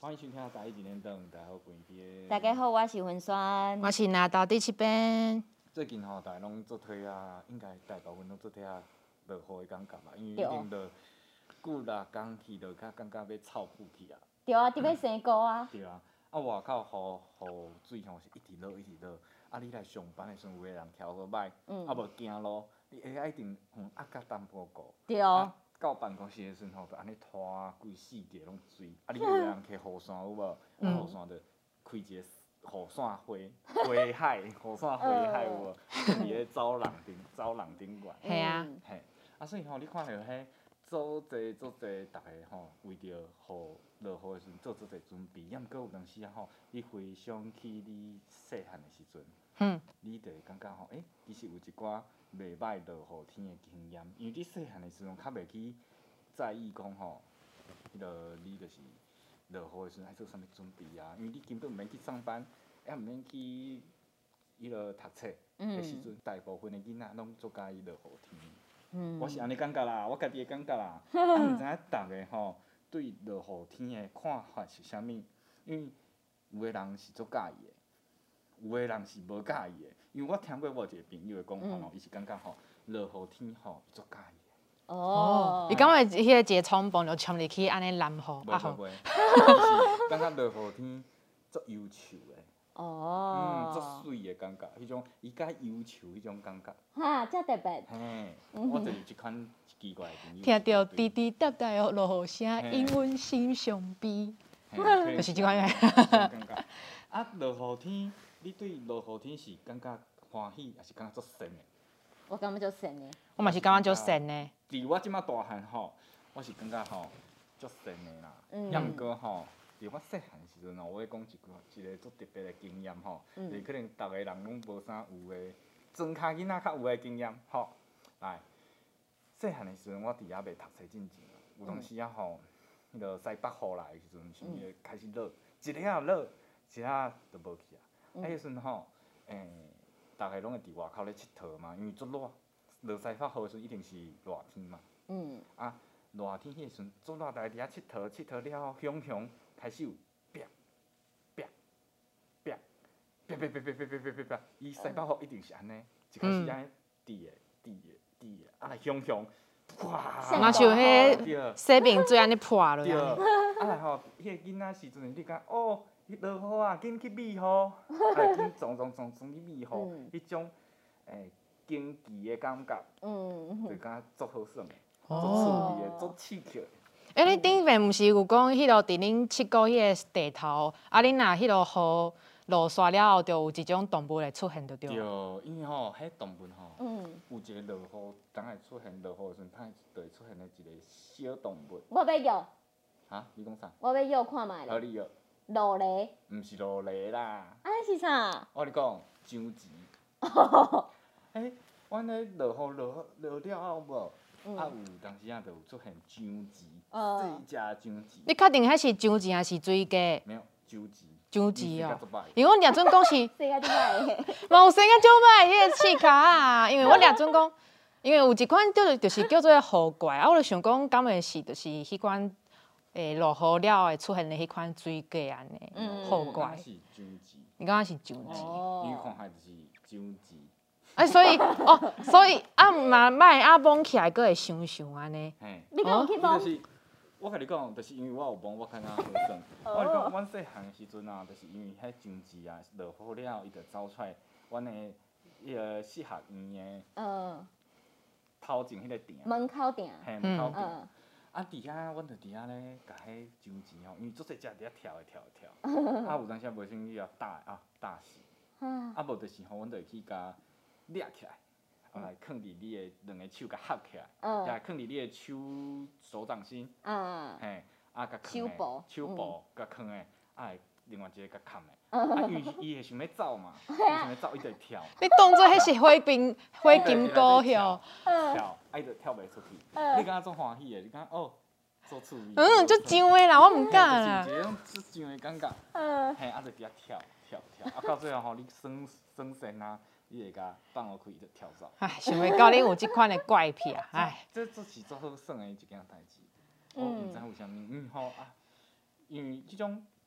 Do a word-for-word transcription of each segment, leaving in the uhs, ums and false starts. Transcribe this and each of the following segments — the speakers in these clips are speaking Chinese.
欢迎收听《台语一点灯》，大家好，关边。 大家好，我是文酸， 我是拿到第七边。 最近吼，大家拢做体啊，应该大部分拢做体啊，落雨的感觉嘛，因为已经落久啦，天气就较感觉要臭扑去啊。 对啊，伫要生菇啊。 对啊，啊外口雨雨水吼是一直落一直落，啊你来上班的时阵，有个人跳个歹，啊无行路，你下下一定嗯压甲淡薄过。 对哦。 到办公室的时候，就安尼拖规四界拢水，啊！你有个人摕雨伞有无？啊，雨伞就开一个雨伞花花海，雨伞花海有无？伫咧走廊顶走廊顶悬。 系啊。 嘿，啊，所以吼，你看到迄做侪做侪，逐个吼为着雨落雨的时阵做做侪准备，抑毋过有当时啊吼，你回想起你细汉的时阵， 嗯， 你就会感觉吼，诶、欸，其实有一寡。袂歹落雨天的经验，因为你细汉的时阵较袂去在意讲吼，迄落你就是落雨的时阵爱做啥物准备啊？因为你根本毋免去上班，也毋免去迄落读册的时阵，大部分的囡仔拢做介意落雨天。嗯，我是安尼感觉啦，我家己的感觉啦。啊，毋知影逐个吼对落雨天的看法是啥物？因为有个人是足介意的。有个人是无介意的，因为我听过我一个朋友的讲法吼，伊、嗯、是感觉吼落雨天吼伊足介意的。 哦，伊感觉迄个一个冲动就冲入去安尼淋雨啊吼。袂袂，是感觉落雨天足忧愁的。哦。嗯，足水的感觉，迄种伊介忧愁迄种感觉。 哈，遮特别。 嘿，我就是即款奇怪的朋友。 听到滴滴答答的落雨声，因阮心上悲。就是即款个。 感觉。啊，落雨天。你对落雨天是感觉欢喜，还是感觉足神的？ 我感觉足神的。 我嘛是感觉足神的。 伫我即马大汉吼，我是感觉吼足神的啦。嗯。也毋过吼，伫我细汉时阵吼，我要讲一句一个足特别的经验吼，嗯、就是可能逐个人拢无啥有的，庄脚囡仔较有的经验吼。来，细汉的时阵，我伫遐袂读册进前，有当时啊吼，迄个西北雨来的时阵，是会开始落，一下落，一下就无去啊。啊，迄阵吼，诶，逐个拢会伫外口咧佚佗嘛，因为足热，落西北雨时阵一定是热天嘛。嗯。啊，热天迄时阵足热，逐个伫遐佚佗，佚佗了后，雄雄开始有啪啪啪啪啪啪啪啪啪啪啪，伊西北雨一定是安尼，一开始安尼滴的滴的滴的，啊来雄雄， 哇！嘛像迄洗面水安尼泼落。 对。啊来吼，迄个囡仔时阵，你讲哦。落雨啊，紧去避雨，啊，紧撞撞撞撞去避雨，迄种诶惊奇的感觉，就感觉足好耍的，足趣味的，足刺激的。 诶，你顶面毋是有讲迄落伫恁七股迄个地头，啊，恁若迄落雨落煞了后，就有一种动物会出现，对。 对，因为吼，迄动物吼，有一个落雨，当会出现落雨的时阵，它就会出现的一个小动物。 我要约。 哈？你讲啥？ 我要约看觅。 啊，你约。 落雷， 毋是落雷啦。 啊，是啥？ 我跟你讲，张吉。诶，阮咧落雨落落了后无，啊有当时啊就有出现张吉，细只张吉。 你确定迄是张吉还是水鸡？ 没有，张吉。 张吉哦，因为我掠准讲是。 生啊足歹。 嘛有生啊足歹，迄个刺卡啊，因为我掠准讲，因为有一款叫就是叫做雨怪，啊，我就想讲，敢会是就是迄款。诶，落雨了会出现的迄款水鸡安尼，雨怪。你刚刚是张吉。 因为看海就是张吉。 啊，所以哦，所以啊嘛歹啊摸起来，佫会想想安尼。 嘿。 你敢有去摸？ 我甲你讲，就是因为我有摸，我较较好耍。我甲你讲，阮细汉的时阵啊，就是因为迄张吉啊，落雨了伊就走出来，阮的迄个四合院的头前迄个埕。 门口埕。 嘿，门口埕。啊，伫遐，阮就伫遐咧，甲迄张吉吼，因为足细只伫遐跳诶跳诶跳，啊有当时袂小心去啊打啊打死，啊无就是吼，阮就会去甲掠起来，啊来放伫你诶两个手甲合起来，也放伫你诶手手掌心，嘿，啊甲放诶手部甲放诶，啊来另外一个甲扛诶，啊因为伊会想要走嘛，伊想要走，伊就会跳。 你当作迄是火金火金股哟。 跳，啊伊就跳袂出去，你感觉足欢喜诶，你感觉哦。做趣味。 嗯，足上诶啦，我毋敢啦。 就是一种足上诶感觉。嘿，啊，就伫遐跳跳跳，啊，到最后吼，你耍耍身啊，你会甲放落去，伊就跳走。 唉，想袂到恁有即款诶怪癖，唉。 这这是足好耍诶一件代志。我毋知为虾米，嗯吼啊，因为即种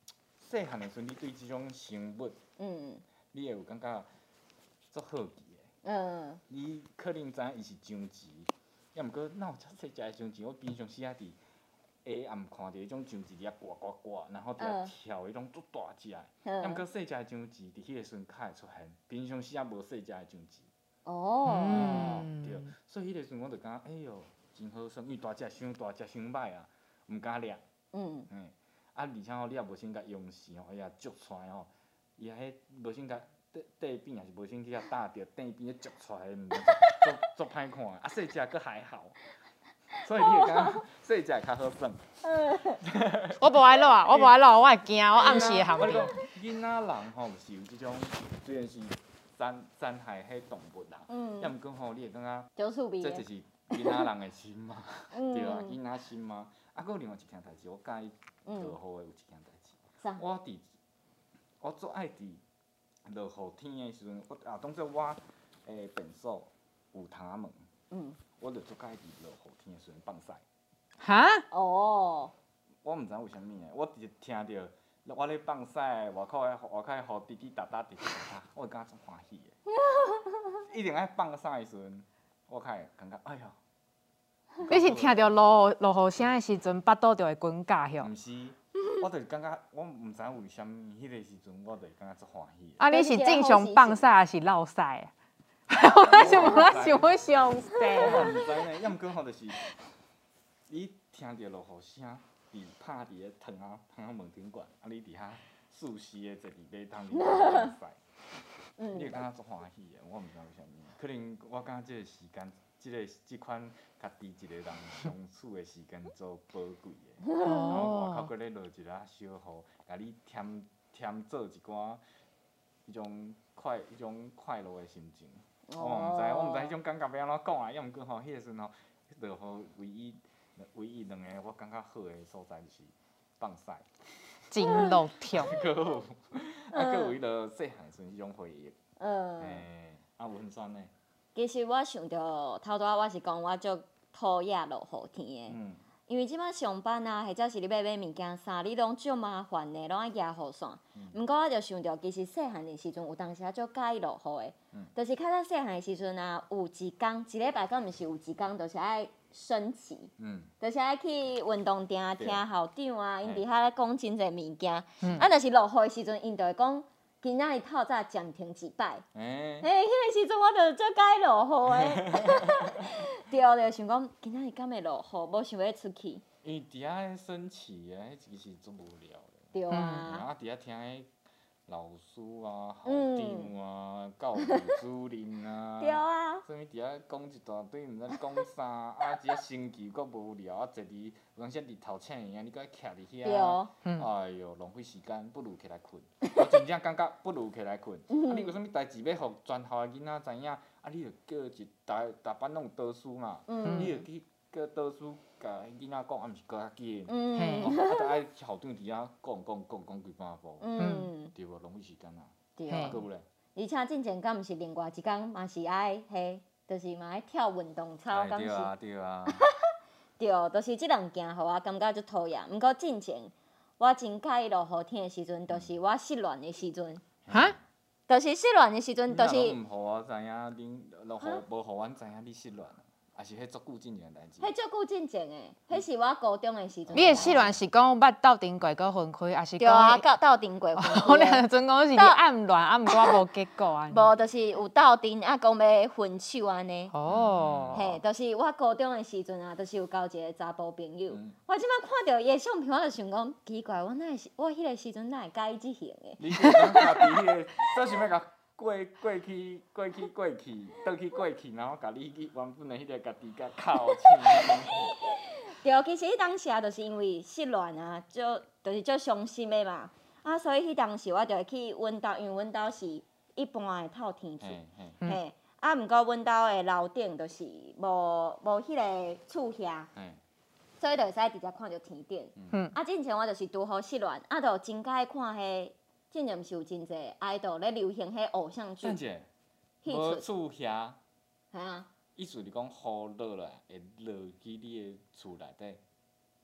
细汉的时阵，你对即种生物， 嗯你会有感觉足好奇的。 嗯你可能知影伊是张芪，也毋过哪有遮细只的张芪？我平常时啊伫下暗看着迄种张芪伫遐刮刮刮，然后伫遐跳迄种足大只的。 嗯。 也毋过细只的张芪伫迄个时阵较会出现，平常时啊无细只的张芪。 哦。 嗯对，所以迄个时阵我就感觉，哎哟，真好耍，因为大只伤大只伤歹啊，毋敢掠。 嗯。 嗯，啊，而且吼，你也无先甲用时吼，伊也啄出来吼，伊也迄无先甲底底边也是无先去遐搭着底边咧啄出来，毋足足歹看的。啊，细只佫还好，所以你会感觉细只会较好耍。 我无爱落啊，我无爱落，我会惊，我暗时会含你。 我讲，囡仔人吼是有即种，虽然是残残害迄动物啦， 嗯。 也毋过吼，你会感觉就趣味的。 这就是囡仔人的心嘛， 嗯对啊，囡仔心嘛。啊，佫有另外一件代志，我介意落雨的有一件代志。 啥？ 我伫，我最爱伫落雨天的时阵，我啊当做我诶便所有窗仔门， 嗯。 我就最介意伫落雨天的时阵放屎。 哈？ 哦。 我毋知为虾米诶，我直听着我咧放屎，外口诶外口诶雨滴滴答答滴滴答答，我会感觉足欢喜诶。一定爱放屎诶时阵，我较会感觉哎呀。 你是听着落落雨声的时阵，巴肚就会滚架吼？ 毋是，我就是感觉我毋知为虾米，迄个时阵我就是感觉足欢喜。 啊，你是正常放屎还是落屎啊？我想我想要详细。 我嘛毋知呢，要毋过吼就是你听着落雨声，伫拍伫个窗仔窗仔门顶悬，啊你伫遐舒适的坐伫马桶里放屎，你会感觉足欢喜的。我毋知为虾米，可能我感觉即个时间。即、这个即款家己一个人相处的时间足宝贵的，然后外口搁咧落一下小雨，甲你添添做一寡迄种快迄种快乐的心情。我毋知，我毋知迄种感觉要安怎讲啊。要毋过吼，迄个时阵吼，落雨唯一唯一两个我感觉好的所在就是放屎。 真乐痛。 搁有，啊，搁有迄落细汉时阵迄种回忆。 嗯。 诶，啊文酸呢？ 其实我想着头拄仔我是讲我足讨厌落雨天的， 嗯、 因为即摆上班啊，或者是你要买物件啥，你拢足麻烦的，拢爱举雨伞。毋、嗯、过我就想着，其实细汉的时阵有当时啊足介意落雨的，嗯、就是较早细汉的时阵啊，有一工一礼拜敢毋是有一工，就是爱升旗，嗯、就是爱去运动店听校长啊，因伫遐咧讲真侪物件，嗯、啊，若是落雨的时阵，因就会讲。今仔日透早讲停一摆，嘿，迄个时阵我就做介落雨的，对，就想讲今仔日敢会落雨，无想要出去。 因为伫遐升旗啊，迄其实足无聊的。 对啊。 啊，伫遐听迄老师啊、校长啊、教务主任啊， 对啊。 啥物伫遐讲一大堆，毋知讲啥，啊，一个升旗阁无聊，啊，坐伫有当时伫头前个，你搁徛伫遐。 对。 哎哟，浪费时间，不如起来困。我真正感觉不如起来困。啊，你有啥物代志要互全校的囡仔知影，啊，你着叫一逐逐班拢有导师嘛，你着去叫导师甲囡仔讲，啊，毋是教较紧。嗯。啊，着爱校长伫遐讲讲讲讲几半步。嗯。对无？浪费时间啊。 对。 啊，搁有咧。 而且进前敢毋是另外一工，嘛是爱迄，就是嘛爱跳运动操，敢是。 对啊，对啊。 对，就是即两件，互我感觉足讨厌。毋过进前，我真介意落雨天的时阵，就是我失恋的时阵。 哈？ 就是失恋的时阵，就是。 你若毋互我知影，恁落雨无互阮知影你失恋。也是迄足久之前的代志。 迄足久之前诶，迄是我高中的时阵。 你的失恋是讲捌斗阵过搁分开，还是讲？ 对啊，斗斗阵过分开。 我俩阵讲是你暗恋，啊，毋过我无结果安。 无，就是有斗阵，啊，讲要分手安尼。 哦。 嘿，就是我高中的时阵啊，就是有交一个查甫朋友。嗯、我即摆看到伊的相片，我就想讲奇怪，我哪会我迄个时阵哪会介意即型的？ 你是讲家己迄个，做想要甲？过过去过去过去，倒去过去，然后甲你去原本的迄个家己甲靠亲。 对，其实迄当时啊，就是因为失恋啊，就就是足伤心的嘛。啊，所以迄当时我就会去阮兜，因为阮兜是一般的透天厝，嘿，啊，毋过阮兜的楼顶就是无无迄个厝遐，所以就会使直接看到天顶。嗯、啊，之前我就是拄好失恋，啊，就真介看迄。之前毋是有真侪 idol 咧流行迄偶像剧， 无厝遐， 系啊， 意思是讲雨落来会落去你的厝内底。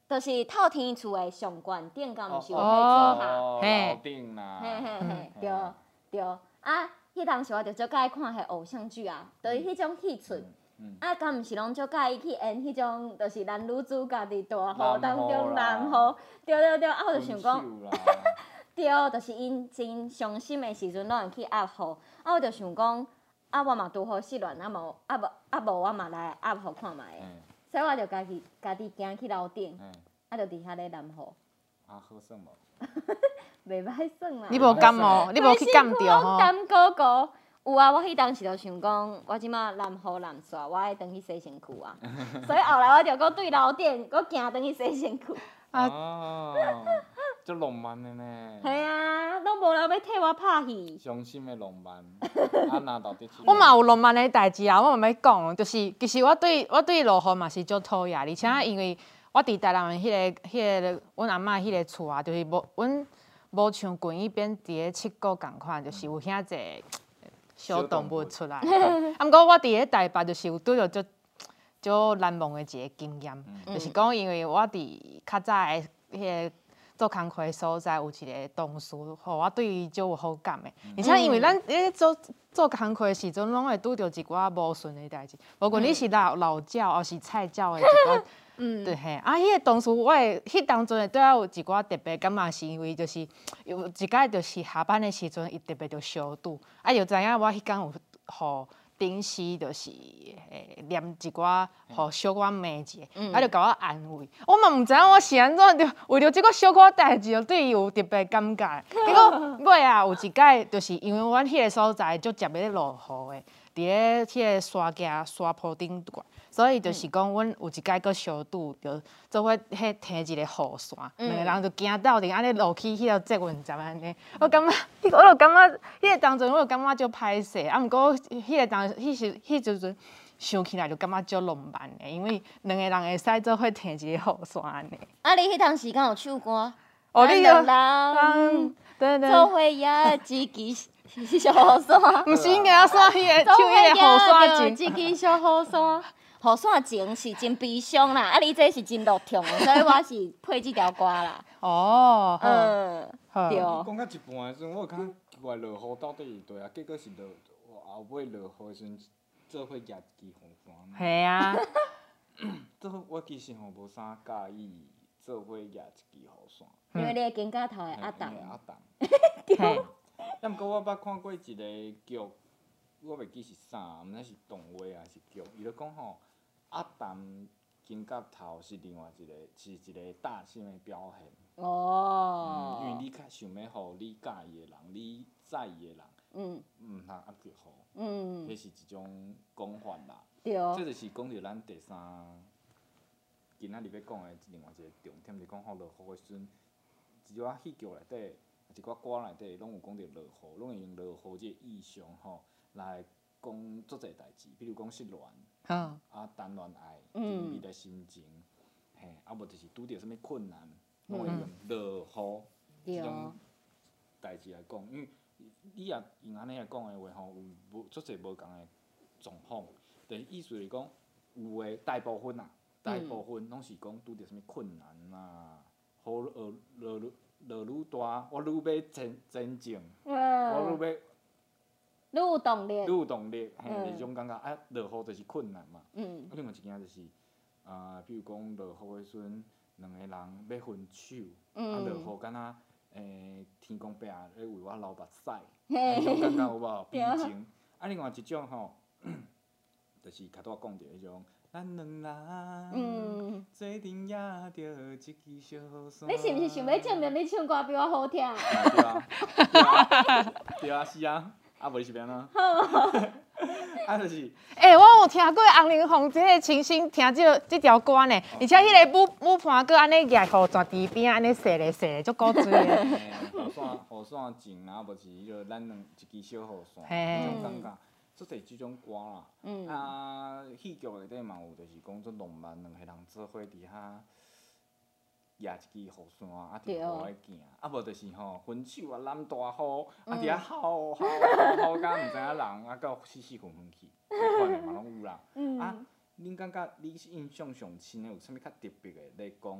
就是透天厝的上悬顶，敢毋是有迄哦做下？ 哦， 嘿楼顶啦， 嘿嘿嘿，对嗯对。啊，迄当时我就足介意看迄偶像剧啊，就是迄种戏出。 嗯啊，敢毋是拢足介意去演迄种，就是男女主角伫大雨当中男南雨啦雨，对对对，啊，我就想讲， 分手啦对，就是因真伤心的时阵，拢会去压雨，啊，我就想讲，啊，我嘛拄好失恋，啊无，啊无，啊无，我嘛来压雨看卖的， 嗯所以我就家己家己行去楼顶， 嗯， 啊，就伫遐咧淋雨， 啊好耍无？ 袂歹耍啦。 你无感冒，你无去感规身躯着吼？ 拢干gogo有啊，我迄当时就想讲，我即马淋雨淋煞，我爱转去洗身躯啊。所以后来我就搁对楼顶，搁行转去洗身躯。 啊哦，足浪漫的呢。 系啊，拢无人要替我拍戏。 伤心的浪漫，啊那到底是？ 我嘛有浪漫的代志啊，我嘛要讲，就是其实我对我对落雨嘛是足讨厌，而且因为我伫台南的迄个迄个阮阿嬷迄个厝啊，就是无阮无像滚一边伫咧七股共款，就是有遐济小动物出来。啊，毋过我伫咧台北就是有拄着足足难忘的一个经验，就是讲因为我伫较早的迄个做工课的所在有一个同事，互我对伊足有好感的。而且因为咱咧做做工课的时阵，拢会拄着一寡无顺的代志，无论你是老老教还是菜教的一寡。嗯，对嘿，啊，迄、那个同事我会，迄当阵会对我有一寡特别感觉，是因为就是有一摆就是下班的时阵，伊特别着小拄，啊，就知影我迄天有互顶时就是诶念一寡，互小可骂一下，啊，就甲我安慰。我嘛毋知影我是安怎，就为着即个小可代志，就对伊有特别感觉。结果尾啊，有一摆就是因为阮迄个所在足接咧落雨的，伫咧迄个山架山坡顶段。所以就是讲，阮有一摆搁小拄，就做伙迄摕一个雨伞，两个人就行斗阵安尼落去迄个捷运站安尼。我感觉，迄个我就感觉，迄个当阵我就感觉足歹势，啊，毋过迄个当迄时迄时阵想起来就感觉足浪漫的，因为两个人会使做伙摕一个雨伞安尼。 啊，你迄当时敢有唱歌？ 哦，你就就嗯，对对。 做伙也一支小雨伞。 毋是应该要耍迄个唱迄个雨伞一支小雨伞。雨伞情是真悲伤啦，啊，你这是真落痛，所以我是配即条歌啦。 哦， 嗯，对。 讲到一半的时阵，我有感觉奇怪，落雨到底是对啊？结果是落后尾落雨的时阵，做伙举一支雨伞。 系啊。 做伙我其实吼无啥介意做伙举一支雨伞。 因为你的肩胛头会压重。 压重。 对。 啊，毋过我捌看过一个剧，我袂记是啥，毋知是动画还是剧，伊就讲吼。啊，重肩胛头是另外一个，是一个大性的表现。 哦。 嗯，因为你较想要互你介意的人，你在意的人，嗯，毋通压着雨。嗯。迄是一种讲法啦。 对。 这就是讲着咱第三，今仔日要讲的另外一个重点，就是讲吼落雨的时阵，一寡戏剧内底，一寡歌内底，拢有讲着落雨，拢会用落雨即个意象吼来讲足侪代志，比如讲失恋。 嗯， 啊，谈恋爱，甜蜜的心情，嘿，啊无就是拄着啥物困难，拢会用落雨即种代志来讲，因为你也用安尼来讲的话吼，有无足侪无共的状况，就是意思是讲，有诶大部分啊，大部分拢是讲拄着啥物困难啊，雨落落落愈大，我愈要前前进，我愈要。 愈有动力， 愈有动力，嘿，就是种感觉啊，落雨就是困难嘛。嗯。啊，另外一件就是，啊，比如讲落雨的时阵，两个人要分手，啊，落雨敢若诶天公伯啊咧为我流目屎，迄种感觉有无？悲情。啊，另外一种吼，就是较拄仔讲着迄种，咱两人做阵也着一支小雨伞。 你是毋是想要证明你唱歌比我好听？ 对啊，对啊，对啊，是啊。啊，无你是变怎？啊，就是。 诶、欸，我有听过红玲珑即个清新听即、这即条歌呢，而且迄个舞舞盘佫安尼举互泉池边安尼踅咧踅咧，足古锥的。 雨伞雨伞镜啊，无是迄个咱两一支小雨伞，迄种感觉，足侪即种歌啦。嗯。啊，戏剧内底嘛有，就是讲做浪漫，两个人做伙伫遐。举一支雨伞，啊，伫雨咧行，啊无就是吼分手啊，淋大雨，啊伫遐吼吼吼，甲毋知影人，啊到死死昏昏去，迄款的嘛拢有啦。啊，恁感觉你印象上深的有啥物较特别的咧讲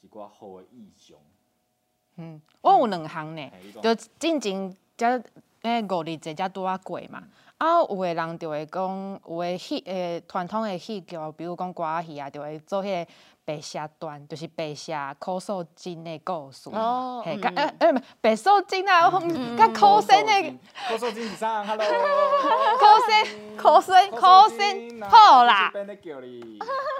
一寡好的意象。 嗯，我有两项呢， 嘿就进前才诶五日节才拄啊过嘛。啊，有诶人就会讲，有诶戏诶传统诶戏剧，比如讲歌仔戏啊，就会做迄个白蛇传，就是白蛇苦受精诶故事。 哦， 嘿， 嗯甲诶诶，白受精啊，甲苦生诶， 苦受精是啥 ？Hello， 苦生苦生苦生，好啦。 变咧叫你。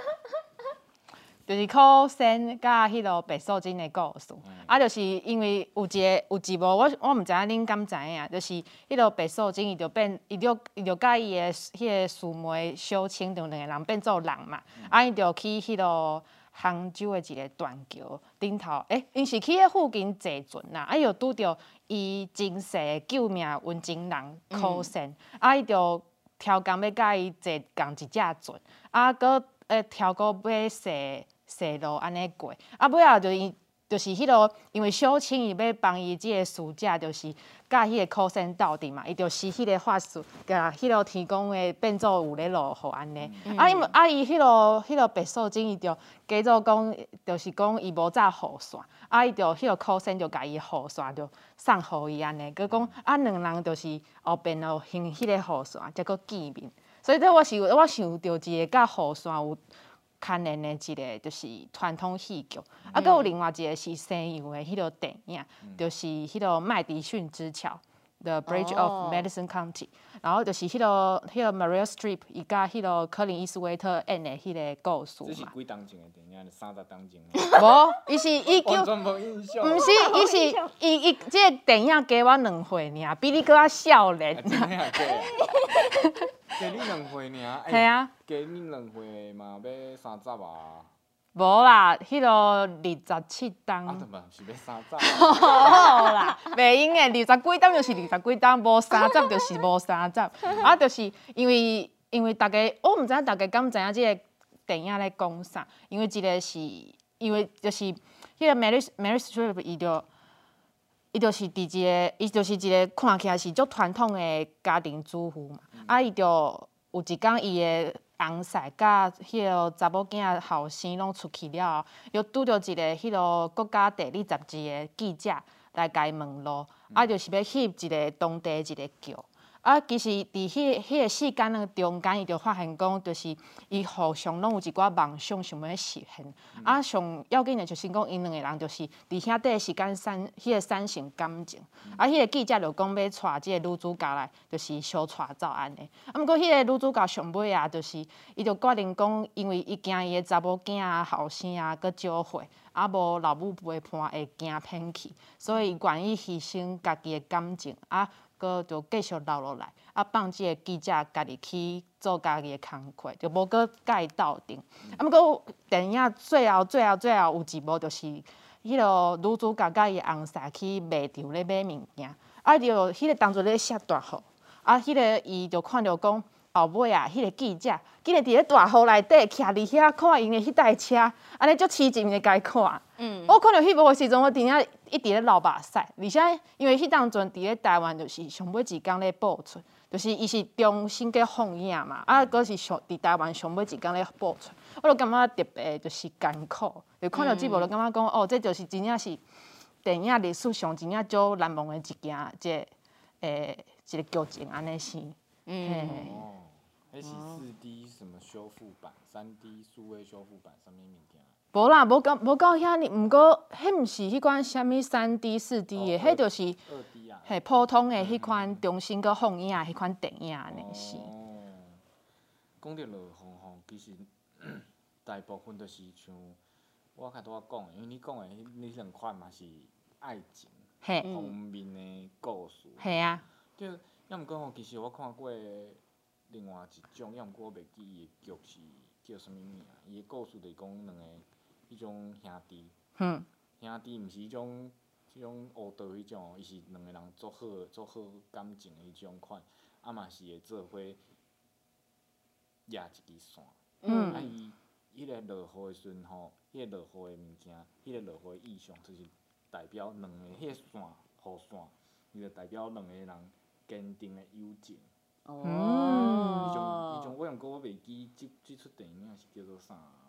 就是苦生甲迄落白素贞的故事，嗯、啊，就是因为有一个有一幕，我我毋知影恁敢知影，就是迄落白素贞伊就变，伊就伊就甲伊的迄个师妹小青就两个人变做人嘛，嗯、啊，伊就去迄落杭州的一个断桥顶头，诶、欸，因是去迄附近坐船啦，啊，伊就拄着伊前世的救命恩情人苦生，嗯、啊，伊就超工要甲伊坐共一只船，啊，搁诶超过要坐。踅路安尼过，啊尾仔就伊就是迄落，因为小青伊要帮伊即个师姐，就是甲迄个苦生斗阵嘛，伊就施迄个法术，甲迄落天公诶变做有咧落雨安尼。嗯、啊，因为啊伊迄落迄落白素贞伊就假做讲，就是讲伊无早雨伞，啊伊就迄落苦生就甲伊雨伞就送互伊安尼，佮讲啊两人就是后边就行迄个雨伞，才佮见面。所以这我是我想到一个甲雨伞有牵连的一个就是传统戏剧，嗯、啊，佮有另外一个是西洋的迄落电影，嗯、就是迄落麦迪逊之桥 ，The Bridge of Madison County，、哦、然后就是迄落迄落 Meryl Streep 伊甲迄落柯林伊斯威特演的迄个故事嘛。 这是几当前的电影？三十当前。 无，伊是伊叫， 完全无印象。 毋是，伊是伊伊这个电影加我两岁尔，比你搁较少年。 真诶啊，假啊？加你两岁尔， 系啊， 加你两岁嘛要三十啊。 无啦，迄落二十七档。 啊，嘛是要三十。 好啦，袂用诶，二十几档就是二十几档，无三十就是无三十。啊，就是因为因为大家，我毋知影大家敢知影即个电影咧讲啥？因为一个是，因为就是迄个 Meryl Meryl Streep 伊就。伊就是伫一个，伊就是一个看起来是足传统的家庭主妇嘛。嗯、啊，伊就有一工，伊的翁婿甲迄个查某囝后生拢出去了后，又拄着一个迄个国家地理杂志的记者来甲伊问路，嗯、啊，就是要翕一个当地一个桥。啊，其实伫迄迄个时间的中间，伊就发现讲，就是伊互相拢有一寡梦想想要实现。嗯、啊，上要紧的就是讲，因两个人就是伫遐块时间产迄个产生感情。嗯、啊，迄个记者就讲要带即个女主角来，就是相带走安尼。啊，毋过迄个女主角上尾啊，就是伊就决定讲，因为伊惊伊的查某囝啊、后生啊，搁少岁，啊无老母陪伴会惊骗去，所以伊愿意牺牲家己的感情啊。搁就继续留落来，啊，放即个记者家己去做家己的工课，就无搁甲伊斗阵。啊，毋过电影最后、最后、最后有一幕，就是迄个女主角甲伊翁婿去卖场咧买物件，啊，就迄个当作咧下大雨，啊，迄个伊就看着讲后尾啊，迄个记者竟然伫咧大雨内底徛伫遐看因的迄台车，安尼足痴情的甲伊看。嗯，我看到迄幕的时阵，我真正一直咧流目屎，而且因为迄当阵伫咧台湾就是上尾一工咧播出，就是伊是中心嘅放映嘛，啊，佫是上伫台湾上尾一工咧播出，我就感觉特别就是艰苦，就看到这幕就感觉讲，哦，这就是真正是电影历史上真正足难忘的一件，即个诶一个剧情安尼是。嗯。 哦，迄是四 D 什么修复版、三 D 数位修复版，啥物物件？ 无啦，无到无到遐尼，毋过迄毋是迄款啥物三 D、四 D 的，迄、哦、就是二 D 啊， 嘿普通的迄款重新搁放映的迄款电影安尼是。 哦，讲到落雨吼，其实大部分都是像我较拄仔讲的，因为你讲的迄两款嘛是爱情方面的故事。 系啊。 就要毋过吼，其实我看过另外一种，要毋过我袂记伊的剧是叫啥物名啊？伊的故事就是讲两个。迄种兄弟，嗯、兄弟毋是迄种，迄种黑道迄种，伊是两个人足好、足好感情的迄种款，啊嘛是会做伙抓一支线。嗯、啊伊，迄个落雨的时阵吼，迄、那个落雨的物件，迄、那个落雨的意象，就是代表两个迄、那个线、雨线，伊就代表两个人坚定的友情。哦。迄种、迄种，我毋过我袂记即即出电影是叫做啥。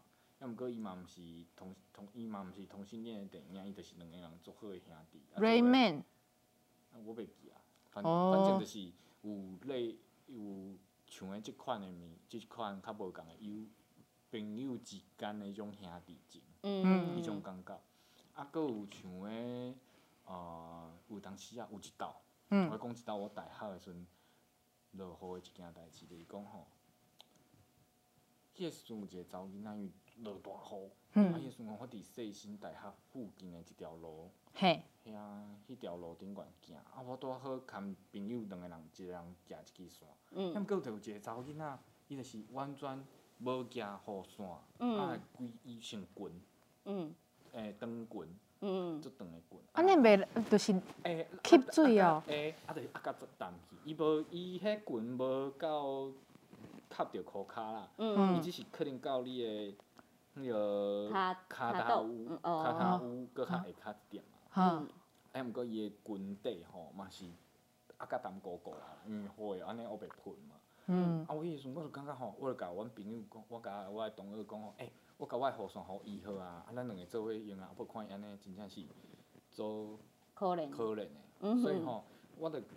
啊，毋过伊嘛毋是同同，伊嘛毋是同性恋的电影，伊就是两个人足好的兄弟。 Rayman。 啊，我袂记啊，反正反正就是有类有像诶即款的物，即款较无共的友朋友之间的迄种兄弟情， 嗯， 迄种感觉。啊，搁有像诶，呃，有当时啊有一道，我讲一道我大学的时阵落雨的一件代志，就是讲吼。迄个时阵有一个查某囡仔，因为落大雨，嗯、啊，迄个时阵我伫世新大学附近的一条路，遐迄条路顶悬行，啊，我拄好牵朋友两个人，一个人骑一支伞，嗯，啊，毋过就有一个查某囡仔，伊就是完全无骑雨伞，嗯、啊，规伊穿裙，嗯，诶，长裙，嗯，足长的裙。 安尼袂就是吸水哦？ 诶，啊，就是压甲足淡去，伊无伊迄裙无到。卡着裤骹啦，伊只是可能到你的迄个骹头有、骹头有，搁较下骹一点嘛。哎，毋过伊的裙底吼嘛是压甲淡糊糊啦，因为雨安尼乌白喷嘛。嗯。啊，我迄时阵我就感觉吼，我就甲阮朋友讲，我甲我的同学讲吼，诶，我甲我的雨伞互伊好啊，啊，咱两个做伙用啊，啊，无看伊安尼真正是做可怜可怜的，所以吼，我着。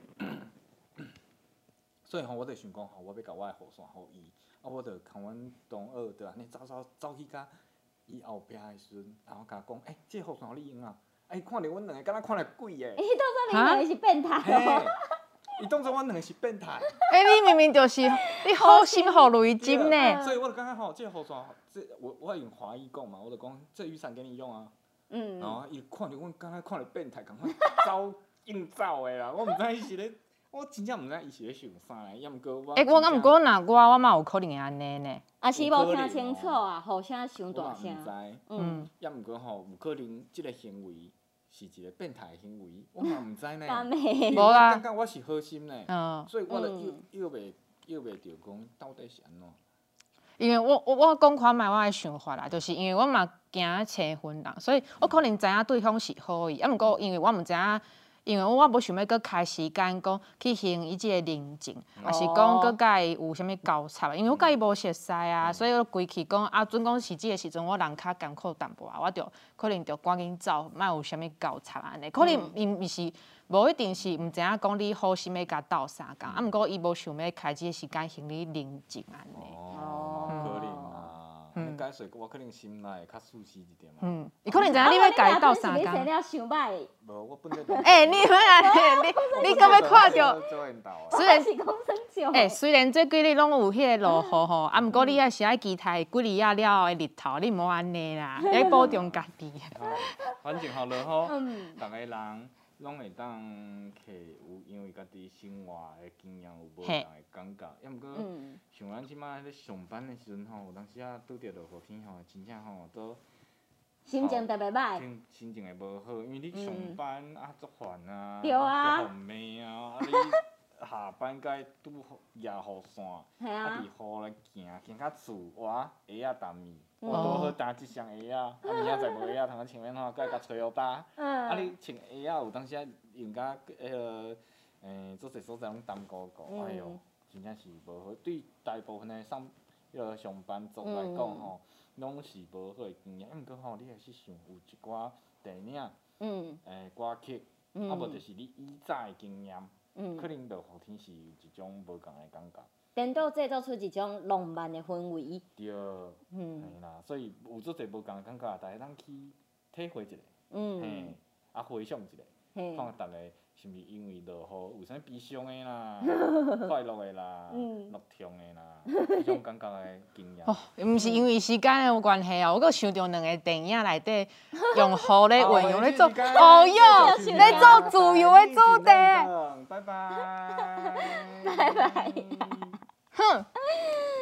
所以吼，我就想讲吼，我要甲我的雨伞互伊，啊，我就共阮同学就安尼走走走去甲伊后壁的时阵，然后甲讲，诶、欸，这个雨伞你用啊？啊，伊看着阮两个，敢若看着鬼诶。 伊当作恁两个是变态哦。 伊当作阮两个是变态。 诶，你明明就是你好心好雷金呢。 所以我就感觉吼，这个雨伞，这我我用华语讲嘛，我就讲这雨伞给你用啊。嗯。然后伊看着阮，敢若看着变态，赶快走硬走诶啦，我毋知伊是咧。我真正毋知伊是咧想啥，抑毋过我。诶， 我敢毋过若我我嘛有可能会安尼呢。 啊是无听清楚啊，雨声伤大声。 我嘛毋知，嗯，抑毋过吼，有可能即个行为是一个变态行为，我嘛毋知呢。 无啊。 我感觉我是好心呢，所以我就又又袂又袂着讲到底是安怎。 因为我我我讲看卖我的想法啦，就是因为我嘛惊青婚人，所以我可能知影对方是好意，啊毋过因为我毋知影。因为我无想要搁开时间讲去行伊即个宁静，也是讲搁甲伊有啥物交叉，因为我甲伊无熟悉啊，所以我规气讲啊，准讲是即个时阵我人较艰苦淡薄啊，我着可能着赶紧走，莫有啥物交叉安尼。可能伊是无一定是毋知影讲你好心要甲斗相共，啊毋过伊无想要开即个时间行你宁静安尼。 哦，可能啊。嗯，解说我可能心内较舒适一点嘛。 嗯，伊可能知影你要甲伊斗相共。 你生了伤歹。 无，我本来。 诶，你们啊，你你敢要看着？虽然是讲生诶，虽然这几日拢有迄个落雨吼，啊，毋过你也是爱期待几日啊了后的日头，你莫安尼啦，要保重家己。 反正吼落雨，逐个人拢会当摕有因为家己生活的经验有无同的感觉，抑毋过像咱即摆咧上班的时阵吼，有当时啊拄着落雨天吼，真正吼都心情特别歹， 心心情会无好，因为你上班啊足烦啊， 对啊， 互骂啊，啊你下班该拄野雨伞，啊伫雨咧行行到厝，哇鞋仔澹去，我拄好担一双鞋仔，啊明仔载无鞋仔通穿免吼，该甲吹雨打，啊你穿鞋仔有当时啊用甲迄个诶做侪所在拢澹糊糊，哎哟，真正是无好，对大部分的上迄个上班族来讲吼。拢是无好诶经验，毋过吼，你也是想有一寡电影，嗯，诶歌曲，啊无就是你以早诶经验，嗯，可能落雨天是有一种无共诶感觉。 颠倒制造出一种浪漫诶氛围。 对，嗯，嘿啦，所以有足侪无共诶感觉，大家通去体会一下，嗯，嘿，啊回想一下，看逐个是毋是因为落雨有啥悲伤诶啦、快乐诶啦、乐痛诶啦，迄种感觉诶经验。 哦，毋是因为时间有关系哦，我阁想到两个电影内底用雨咧运用咧做，哦哟，咧做自由诶主题。 拜拜。 拜拜。 哼。